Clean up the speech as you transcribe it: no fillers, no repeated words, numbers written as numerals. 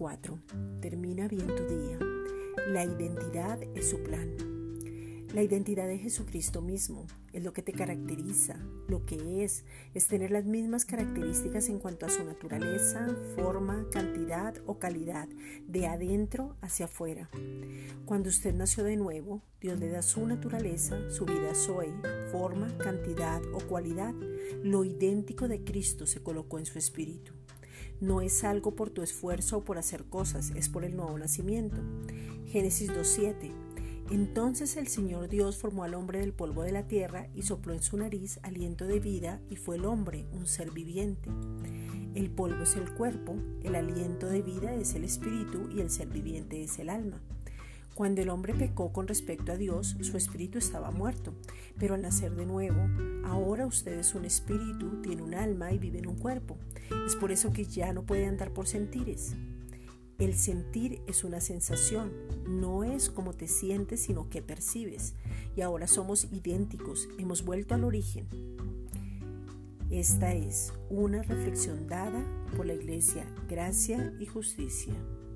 4. Termina bien tu día. La identidad es su plan. La identidad de Jesucristo mismo es lo que te caracteriza. Lo que es tener las mismas características en cuanto a su naturaleza, forma, cantidad o calidad, de adentro hacia afuera. Cuando usted nació de nuevo, Dios le da su naturaleza, su vida Zoe, forma, cantidad o cualidad. Lo idéntico de Cristo se colocó en su espíritu. No es algo por tu esfuerzo o por hacer cosas, es por el nuevo nacimiento. Génesis 2:7. Entonces el Señor Dios formó al hombre del polvo de la tierra y sopló en su nariz aliento de vida, y fue el hombre un ser viviente. El polvo es el cuerpo, el aliento de vida es el espíritu y el ser viviente es el alma. Cuando el hombre pecó con respecto a Dios, su espíritu estaba muerto, pero al nacer de nuevo, ahora usted es un espíritu, tiene un alma y vive en un cuerpo. Es por eso que ya no puede andar por sentires. El sentir es una sensación, no es cómo te sientes, sino qué percibes. Y ahora somos idénticos, hemos vuelto al origen. Esta es una reflexión dada por la Iglesia Gracia y Justicia.